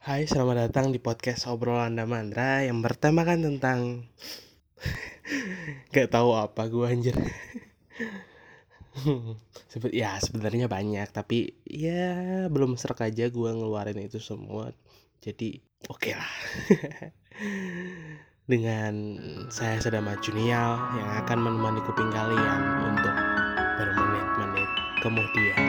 Hai, selamat datang di podcast Obrolan Damandra yang bertemakan tentang gak tahu apa gue anjir. Sebenarnya banyak, tapi ya belum serak aja gue ngeluarin itu semua. Jadi oke lah. Dengan saya Sedama Junial yang akan menemani kuping kalian untuk bermenit-menit kemudian.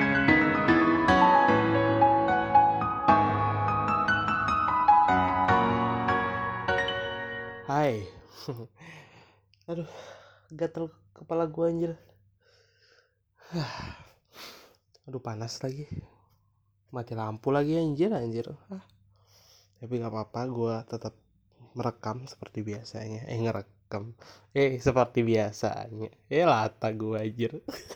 Hai. Aduh, gatel kepala gue anjir. Aduh, panas lagi. Mati lampu lagi anjir. Tapi nggak apa-apa, gue tetap merekam seperti biasanya. Ngerekam. Seperti biasanya. Lata gue anjir.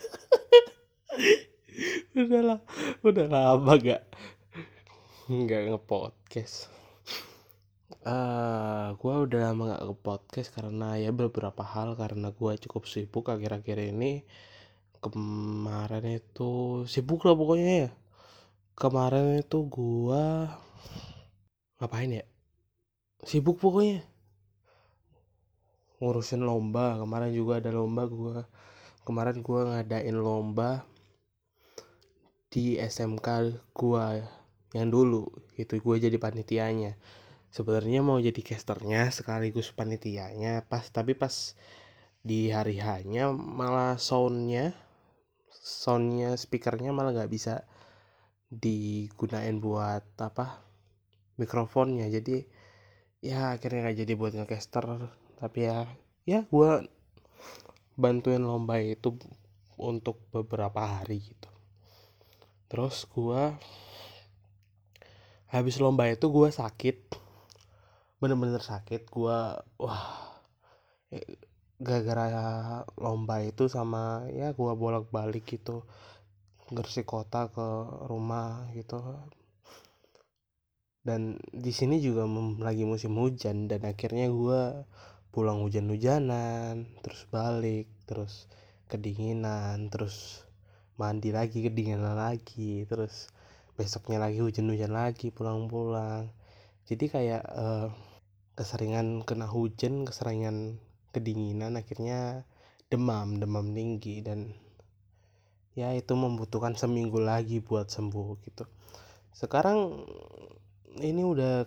Udahlah, udah lama nggak ngepodcast. Gue udah lama nggak ngepodcast karena ya beberapa hal, karena gue cukup sibuk akhir-akhir ini. Kemarin itu sibuk lah pokoknya ya. Kemarin itu gue ngapain ya? Sibuk pokoknya. Ngurusin lomba. Kemarin juga ada lomba. Kemarin gue ngadain lomba di SMK gue yang dulu. Itu gue jadi panitianya. Sebenarnya mau jadi casternya sekaligus panitianya. Tapi pas di hari hanya malah soundnya speakernya malah nggak bisa digunain buat mikrofonnya. Jadi ya akhirnya nggak jadi buat ngecaster. Tapi ya gue bantuin lomba itu untuk beberapa hari gitu. Terus gue habis lomba itu gue sakit, bener-bener sakit. Gue gara-gara lomba itu sama ya gue bolak-balik gitu, Gresik kota ke rumah gitu. Dan di sini juga lagi musim hujan, dan akhirnya gue pulang hujan-hujanan, terus balik, terus kedinginan, terus mandi lagi kedinginan lagi, terus besoknya lagi hujan-hujan lagi pulang-pulang. Jadi kayak keseringan kena hujan, keseringan kedinginan, akhirnya demam tinggi. Dan ya itu membutuhkan seminggu lagi buat sembuh gitu. Sekarang ini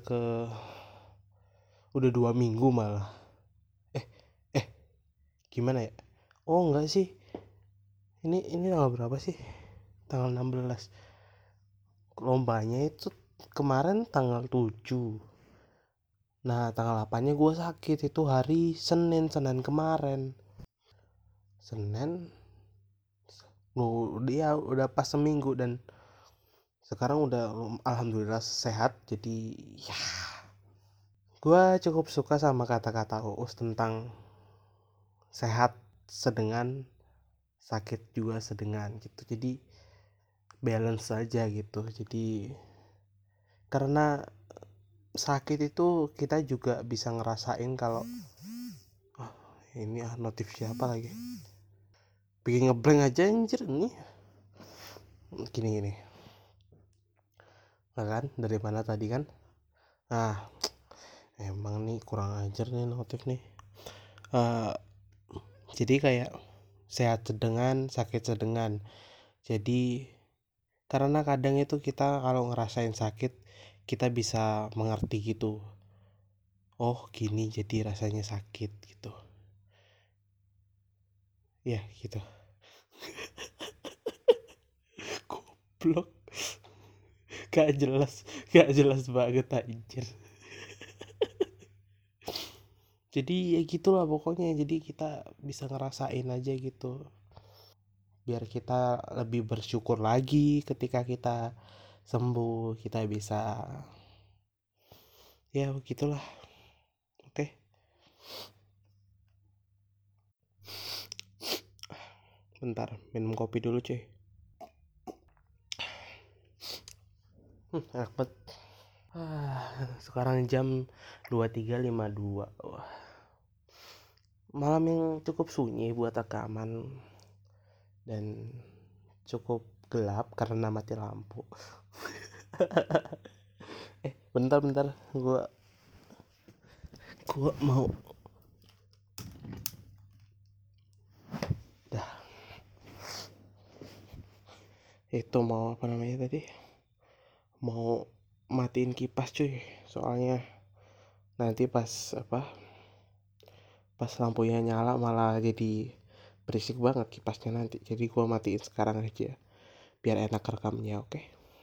udah 2 minggu malah. eh Gimana ya? Oh enggak sih, ini tanggal berapa sih? Tanggal 16. Lombanya itu kemarin tanggal 7. Nah tanggal 8-nya gue sakit, itu hari Senin kemarin. Senin dia udah pas seminggu, dan sekarang udah alhamdulillah sehat. Jadi ya, gue cukup suka sama kata-kata Uus tentang sehat sedengan, sakit juga sedengan gitu. Jadi balance aja gitu. Jadi karena sakit itu kita juga bisa ngerasain kalau ini notif siapa lagi, bikin ngeblank aja anjir ini. Gini nah kan, dari mana tadi kan. Nah emang nih kurang ajar nih notif nih. Jadi kayak sehat sedengan, sakit sedengan. Jadi karena kadang itu kita kalau ngerasain sakit, kita bisa mengerti gitu. Oh gini jadi rasanya sakit gitu. Ya gitu. Goblok. Gak jelas banget anjir. Jadi ya gitulah pokoknya. Jadi kita bisa ngerasain aja gitu, biar kita lebih bersyukur lagi ketika kita sembuh. Kita bisa ya begitulah. Oke, bentar minum kopi dulu cuy. Enak banget. Sekarang jam 23.52. Wah, malam yang cukup sunyi buat rekaman, dan cukup gelap karena mati lampu. Bentar, gua mau dah itu mau apa namanya tadi, mau matiin kipas cuy, soalnya nanti pas lampunya nyala malah jadi berisik banget kipasnya nanti. Jadi gua matiin sekarang aja biar enak rekamnya. Oke.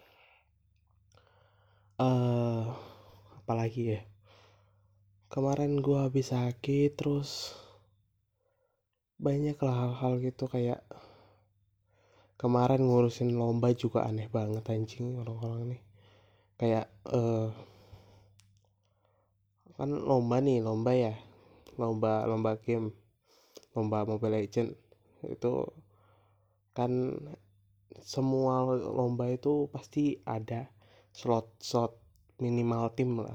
Apalagi ya, kemarin gua habis sakit, terus banyak lah hal-hal gitu. Kayak kemarin ngurusin lomba juga aneh banget anjing orang-orang nih. Kayak kan lomba ya, lomba game, lomba Mobile Legend itu kan. Semua lomba itu pasti ada slot minimal tim lah,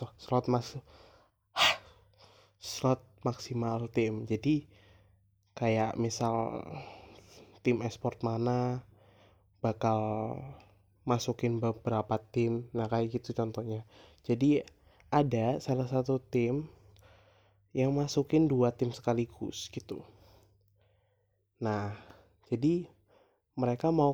slot maksimal tim. Jadi kayak misal tim esport mana bakal masukin beberapa tim, nah kayak gitu contohnya. Jadi ada salah satu tim yang masukin 2 tim sekaligus gitu. Nah, jadi mereka mau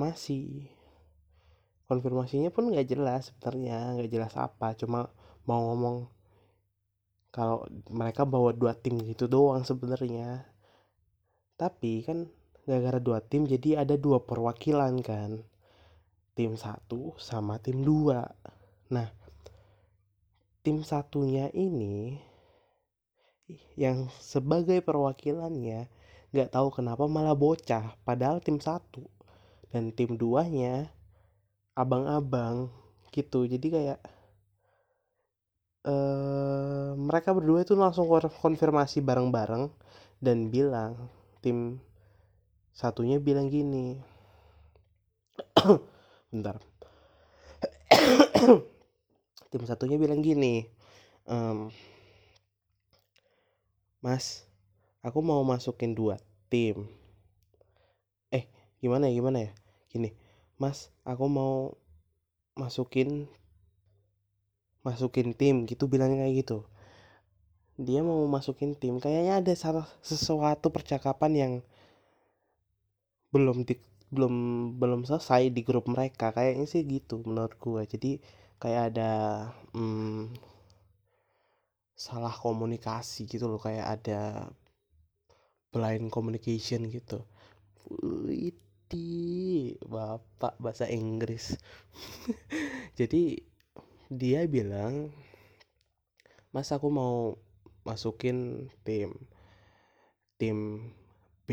konfirmasinya pun nggak jelas sebenarnya, nggak jelas apa, cuma mau ngomong kalau mereka bawa 2 tim gitu doang sebenarnya. Tapi kan gara-gara 2 tim jadi ada 2 perwakilan kan, tim 1 sama tim 2. Nah, tim satunya ini yang sebagai perwakilannya nggak tahu kenapa malah bocah, padahal tim 1 dan tim 2-nya abang-abang gitu. Jadi kayak mereka berdua itu langsung konfirmasi bareng-bareng dan bilang, tim satunya bilang gini, bentar, tim satunya bilang gini, Mas, aku mau masukin 2 tim. Gimana ya, gini, Mas, aku mau masukin tim gitu, bilangnya kayak gitu. Dia mau masukin tim, kayaknya ada sesuatu percakapan yang belum selesai di grup mereka, kayaknya sih gitu menurut gue. Jadi kayak ada salah komunikasi gitu loh, kayak ada blind communication gitu. Wih, bapak bahasa Inggris. Jadi dia bilang, Mas, aku mau masukin tim B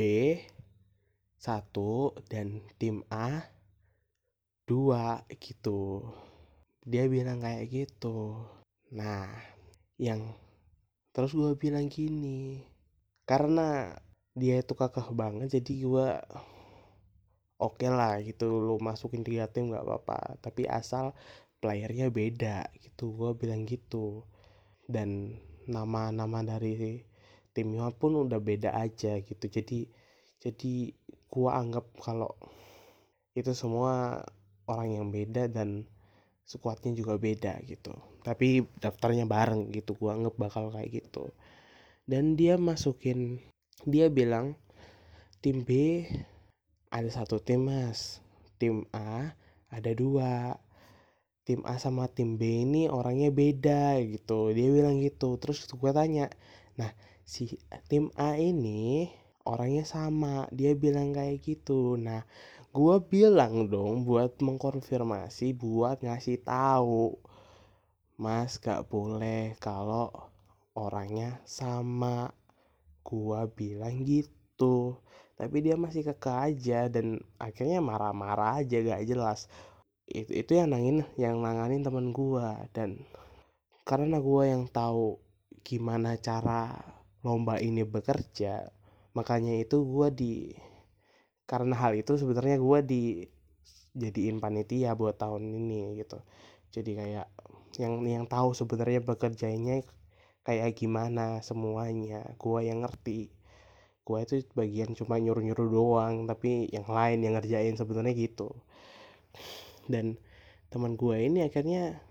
1 dan tim A 2 gitu. Dia bilang kayak gitu. Nah, yang terus gue bilang gini, karena dia itu kakak banget, jadi gue oke lah gitu, lu masukin 3 tim nggak apa-apa, tapi asal playernya beda gitu, gue bilang gitu. Dan nama-nama dari timnya pun udah beda aja gitu. Jadi gue anggap kalau itu semua orang yang beda dan squadnya juga beda gitu, tapi daftarnya bareng gitu. Gua anggap bakal kayak gitu. Dan dia bilang tim B ada 1 tim, Mas. Tim A ada 2. Tim A sama tim B ini orangnya beda gitu, dia bilang gitu. Terus gue tanya, nah si tim A ini orangnya sama, dia bilang kayak gitu. Nah, gue bilang dong buat mengkonfirmasi, buat ngasih tahu, Mas, gak boleh kalau orangnya sama. Gua bilang gitu. Tapi dia masih kekeh aja dan akhirnya marah-marah aja gak jelas. Itu yang nanganin temen gua. Dan karena gua yang tahu gimana cara lomba ini bekerja, makanya itu karena hal itu sebenarnya gua dijadiin panitia buat tahun ini gitu. Jadi kayak yang tahu sebenarnya bekerjanya kayak gimana semuanya, gua yang ngerti. Gua itu bagian cuma nyuruh-nyuruh doang, tapi yang lain yang ngerjain sebenarnya gitu. Dan teman gue ini akhirnya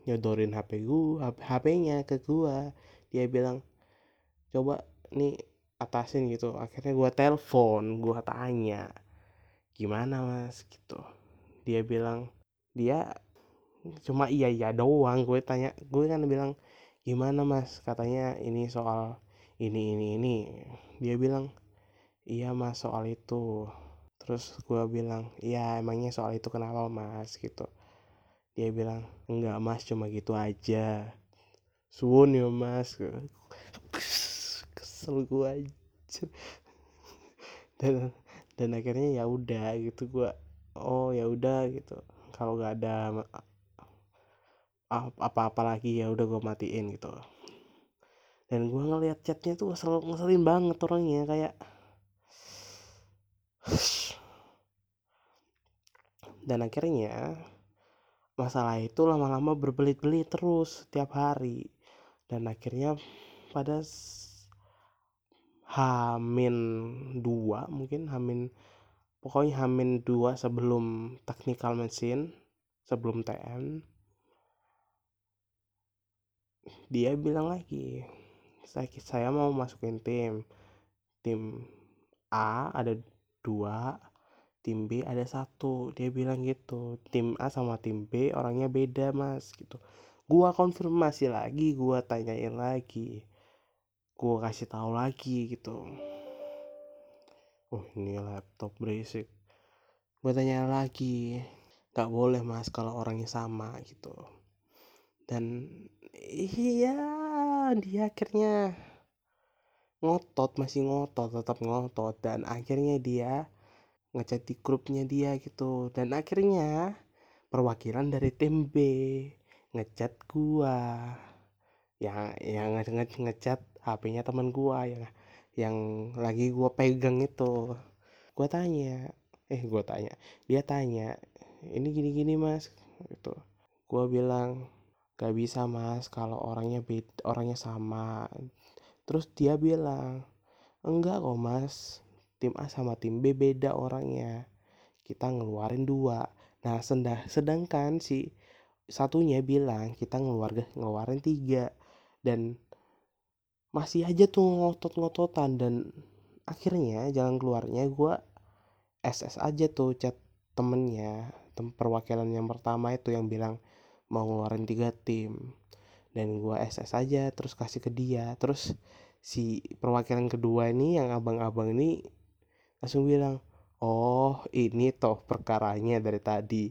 nyodorin HP-nya ke gua. Dia bilang, coba nih atasin gitu. Akhirnya gua telepon, gua tanya, gimana mas gitu. Dia bilang, dia cuma iya doang. Gue kan bilang, gimana mas, katanya ini soal ini. Dia bilang, iya mas soal itu. Terus gue bilang, iya emangnya soal itu kenapa mas gitu. Dia bilang, enggak mas, cuma gitu aja. Suwun ya mas. Kesel gue aja. Dan akhirnya ya udah gitu, gue oh ya udah gitu, kalau nggak ada apa-apa lagi ya udah gue matiin gitu. Dan gue ngeliat chatnya tuh ngeselin banget orangnya, kayak dan akhirnya masalah itu lama-lama berbelit-belit terus setiap hari. Dan akhirnya pada Hamin 2 mungkin, pokoknya Hamin 2 sebelum technical machine, sebelum TM, dia bilang lagi, saya mau masukin tim A ada 2, tim B ada 1. Dia bilang gitu, tim A sama tim B orangnya beda mas gitu. Gua konfirmasi lagi, gua tanyain lagi, gua kasih tahu lagi gitu. Oh ini laptop berisik. Gua tanya lagi, gak boleh mas kalau orangnya sama gitu. Dan iya, dia akhirnya tetap ngotot, dan akhirnya dia ngechat di grupnya dia gitu. Dan akhirnya perwakilan dari tim B ngechat gua, yang ngechat HP-nya teman gua, yang lagi gua pegang itu. Gua tanya, dia tanya, ini gini mas gitu. Gua bilang, gak bisa mas kalau orangnya sama. Terus dia bilang, enggak kok mas, tim A sama tim B beda orangnya, kita ngeluarin 2. Nah sedangkan si satunya bilang kita ngeluarin 3. Dan masih aja tuh ngotot-ngototan. Dan akhirnya jalan keluarnya gue SS aja tuh chat temennya, perwakilan yang pertama itu yang bilang mau ngeluarin 3 tim. Dan gue SS aja terus kasih ke dia. Terus si perwakilan kedua ini, yang abang-abang ini, langsung bilang, oh ini toh perkaranya dari tadi.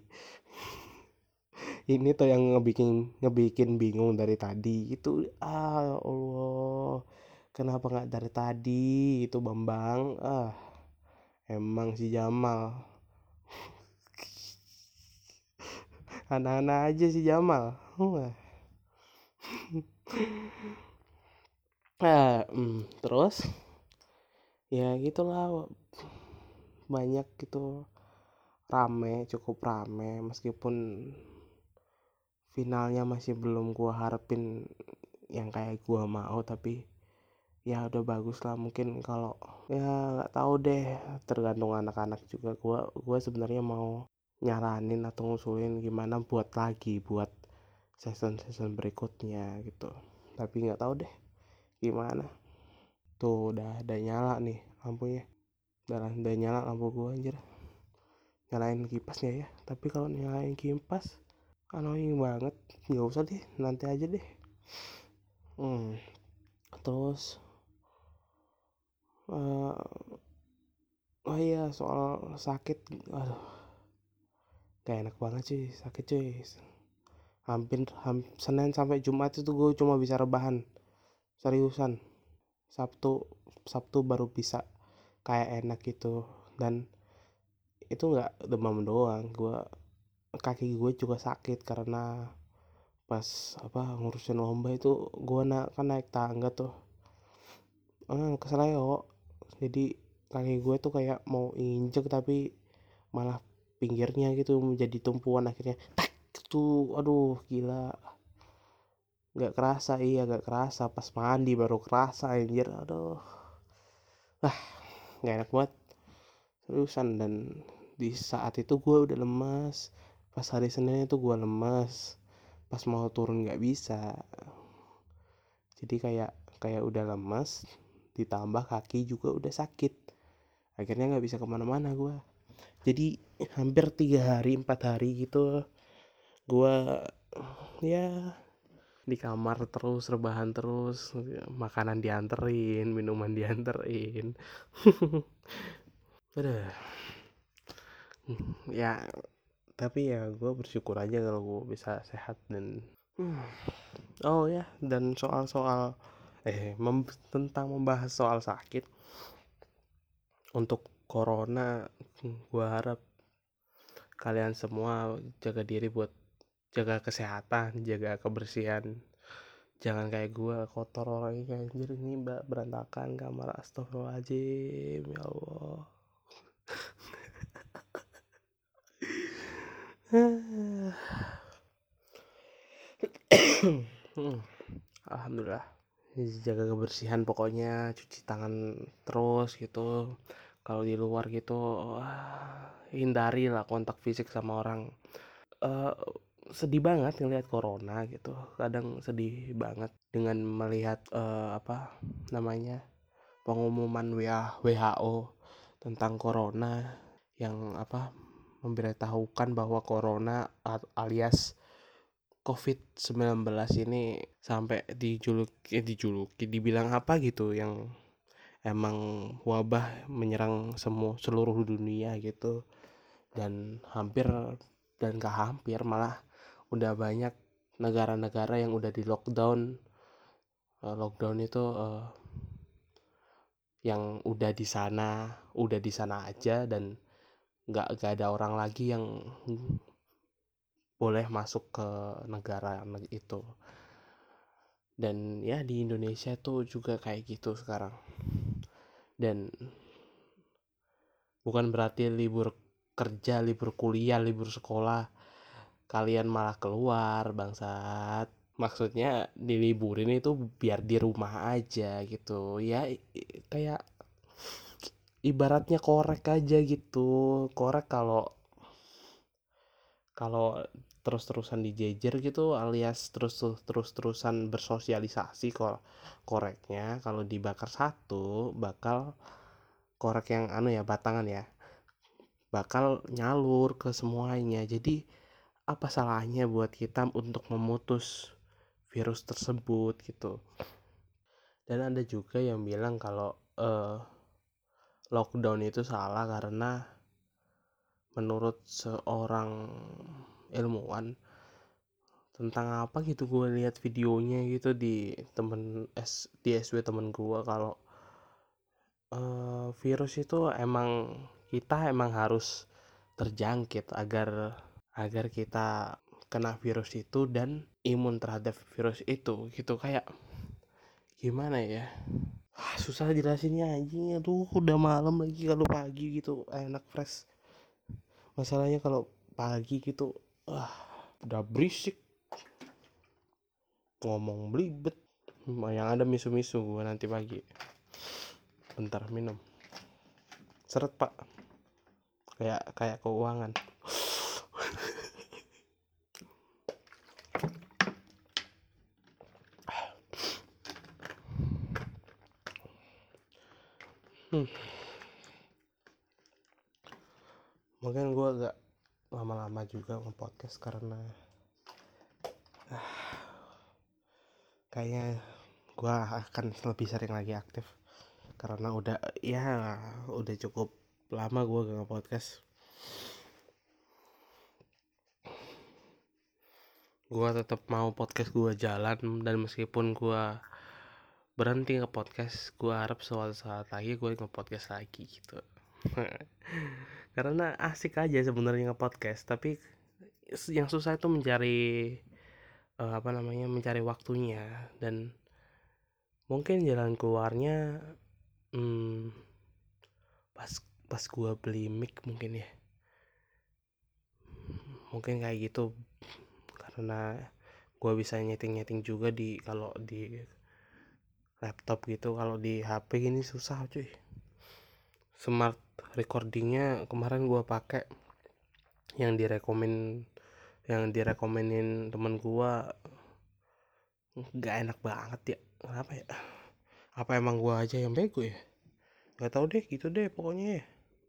Ini tuh yang ngebikin bingung dari tadi itu. Allah, kenapa nggak dari tadi itu Bambang. Emang si Jamal anak-anak aja si Jamal. Terus ya gitulah, banyak gitu, cukup rame, meskipun finalnya masih belum gua harapin yang kayak gua mau, tapi ya udah bagus lah. Mungkin kalau ya nggak tahu deh, tergantung anak-anak juga. Gua sebenarnya mau nyaranin atau ngusulin gimana buat season berikutnya gitu, tapi nggak tahu deh gimana. Tuh udah nyala nih lampunya, udah nyala lampu gua anjir. Nyalain kipasnya ya, tapi kalau nyalain kipas annoying banget. Nggak usah deh, nanti aja deh. Terus oh iya, soal sakit, aduh gak enak banget sih sakit cuy. hampir Senin sampai Jumat itu gue cuma bisa rebahan, seriusan. Sabtu Sabtu baru bisa kayak enak gitu. Dan itu nggak demam doang, kaki gue juga sakit karena pas ngurusin lomba itu. Gue kan naik tangga tuh, keseleo. Jadi kaki gue tuh kayak mau injek, tapi malah pinggirnya gitu menjadi tumpuan. Akhirnya tak tuh, aduh gila, gak kerasa pas mandi baru kerasa anjir. Aduh, gak enak banget seriusan. Dan di saat itu gue udah lemas, pas hari Senin itu gue lemas, pas mau turun nggak bisa, jadi kayak udah lemas, ditambah kaki juga udah sakit, akhirnya nggak bisa kemana-mana gue. Jadi hampir 3 hari 4 hari gitu gue ya di kamar terus, rebahan terus, makanan dianterin, minuman dianterin. Aduh. Ya tapi ya gue bersyukur aja kalau gue bisa sehat dan oh ya, dan soal-soal tentang membahas soal sakit untuk corona, gue harap kalian semua jaga diri buat jaga kesehatan, jaga kebersihan. Jangan kayak gue kotor lagi, anjir ini berantakan kamar, astagfirullahaladzim, ya Allah. Alhamdulillah, jaga kebersihan pokoknya, cuci tangan terus gitu. Kalau di luar gitu, hindari lah kontak fisik sama orang. Eh, Sedih banget ngelihat corona gitu, kadang sedih banget dengan melihat apa namanya pengumuman WHO tentang corona yang apa memberitahukan bahwa corona alias COVID-19 ini sampai dijuluki dibilang apa gitu, yang emang wabah menyerang seluruh dunia gitu, dan gak hampir, malah udah banyak negara-negara yang udah di lockdown. Lockdown itu yang udah di sana aja, dan nggak ada orang lagi yang boleh masuk ke negara itu. Dan ya di Indonesia tuh juga kayak gitu sekarang. Dan bukan berarti libur kerja, libur kuliah, libur sekolah kalian malah keluar, bangsat. Maksudnya diliburin itu biar di rumah aja gitu ya, kayak ibaratnya korek aja gitu. Korek kalau terus-terusan dijejer gitu, alias terus-terusan bersosialisasi, koreknya kalau dibakar satu bakal korek yang batangan ya, bakal nyalur ke semuanya. Jadi apa salahnya buat kita untuk memutus virus tersebut gitu. Dan ada juga yang bilang kalau lockdown itu salah karena menurut seorang ilmuwan, tentang apa gitu, gue lihat videonya gitu di SW temen gue, kalau virus itu kita emang harus terjangkit agar kita kena virus itu dan imun terhadap virus itu gitu. Kayak gimana ya, susah jelasinnya anjing. Aduh udah malam lagi, kalau pagi gitu enak fresh. Masalahnya kalau pagi gitu udah berisik, ngomong belibet, yang ada misu-misu gue nanti pagi. Bentar minum seret pak, kayak keuangan. Mungkin gue agak lama-lama juga nge-podcast karena kayaknya gue akan lebih sering lagi aktif, karena udah cukup lama gue gak nge-podcast. Gue tetap mau podcast gue jalan, dan meskipun gue berhenti nge-podcast, gue harap suatu saat lagi gue nge-podcast lagi gitu. Karena asik aja sebenarnya nge-podcast, tapi yang susah itu mencari waktunya. Dan mungkin jalan keluarnya pas gue beli mic mungkin ya, mungkin kayak gitu, karena gue bisa nyeting juga kalau di laptop gitu. Kalau di HP ini susah cuy. Smart recordingnya kemarin gue pakai yang yang direkomenin temen gua nggak enak banget ya. Kenapa ya? Apa emang gua aja yang bego ya? Nggak tahu deh, gitu deh pokoknya ya.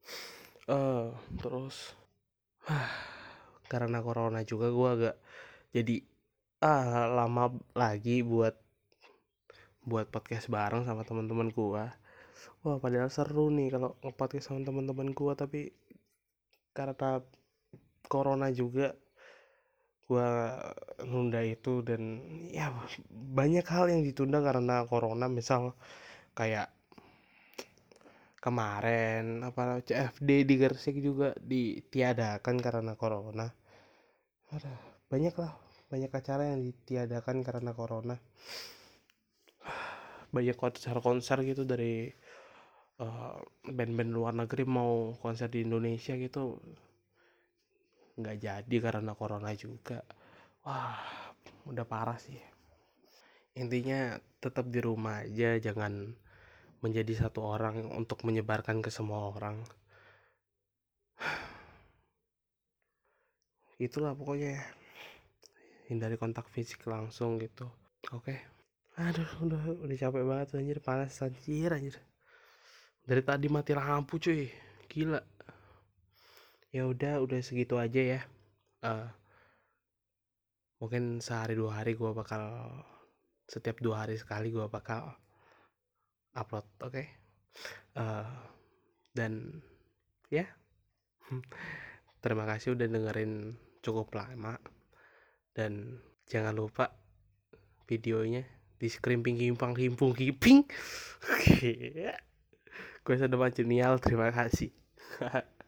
Terus karena corona juga gua agak jadi lama lagi buat podcast bareng sama teman-teman gua. Wah, padahal seru nih kalau nge-podcast sama teman-teman gua, tapi karena corona juga gua nunda itu. Dan ya banyak hal yang ditunda karena corona, misal kayak kemarin apa CFD di Gresik juga ditiadakan karena corona. Ada banyak lah, banyak acara yang ditiadakan karena corona. Banyak konser-konser gitu dari band-band luar negeri mau konser di Indonesia gitu nggak jadi karena corona juga. Wah, udah parah sih. Intinya tetap di rumah aja, jangan menjadi satu orang untuk menyebarkan ke semua orang. Itulah pokoknya ya, hindari kontak fisik langsung gitu. Oke. Aduh, udah capek banget anjir, panas anjir. Dari tadi mati lampu cuy, gila. Ya udah segitu aja ya. Mungkin sehari 2 hari gue bakal, setiap 2 hari sekali gue bakal upload, oke? Dan ya, terima kasih udah dengerin cukup lama. Dan jangan lupa videonya di skrimping kimpang kimpung kiping. Gue sudah macam nial, terima kasih.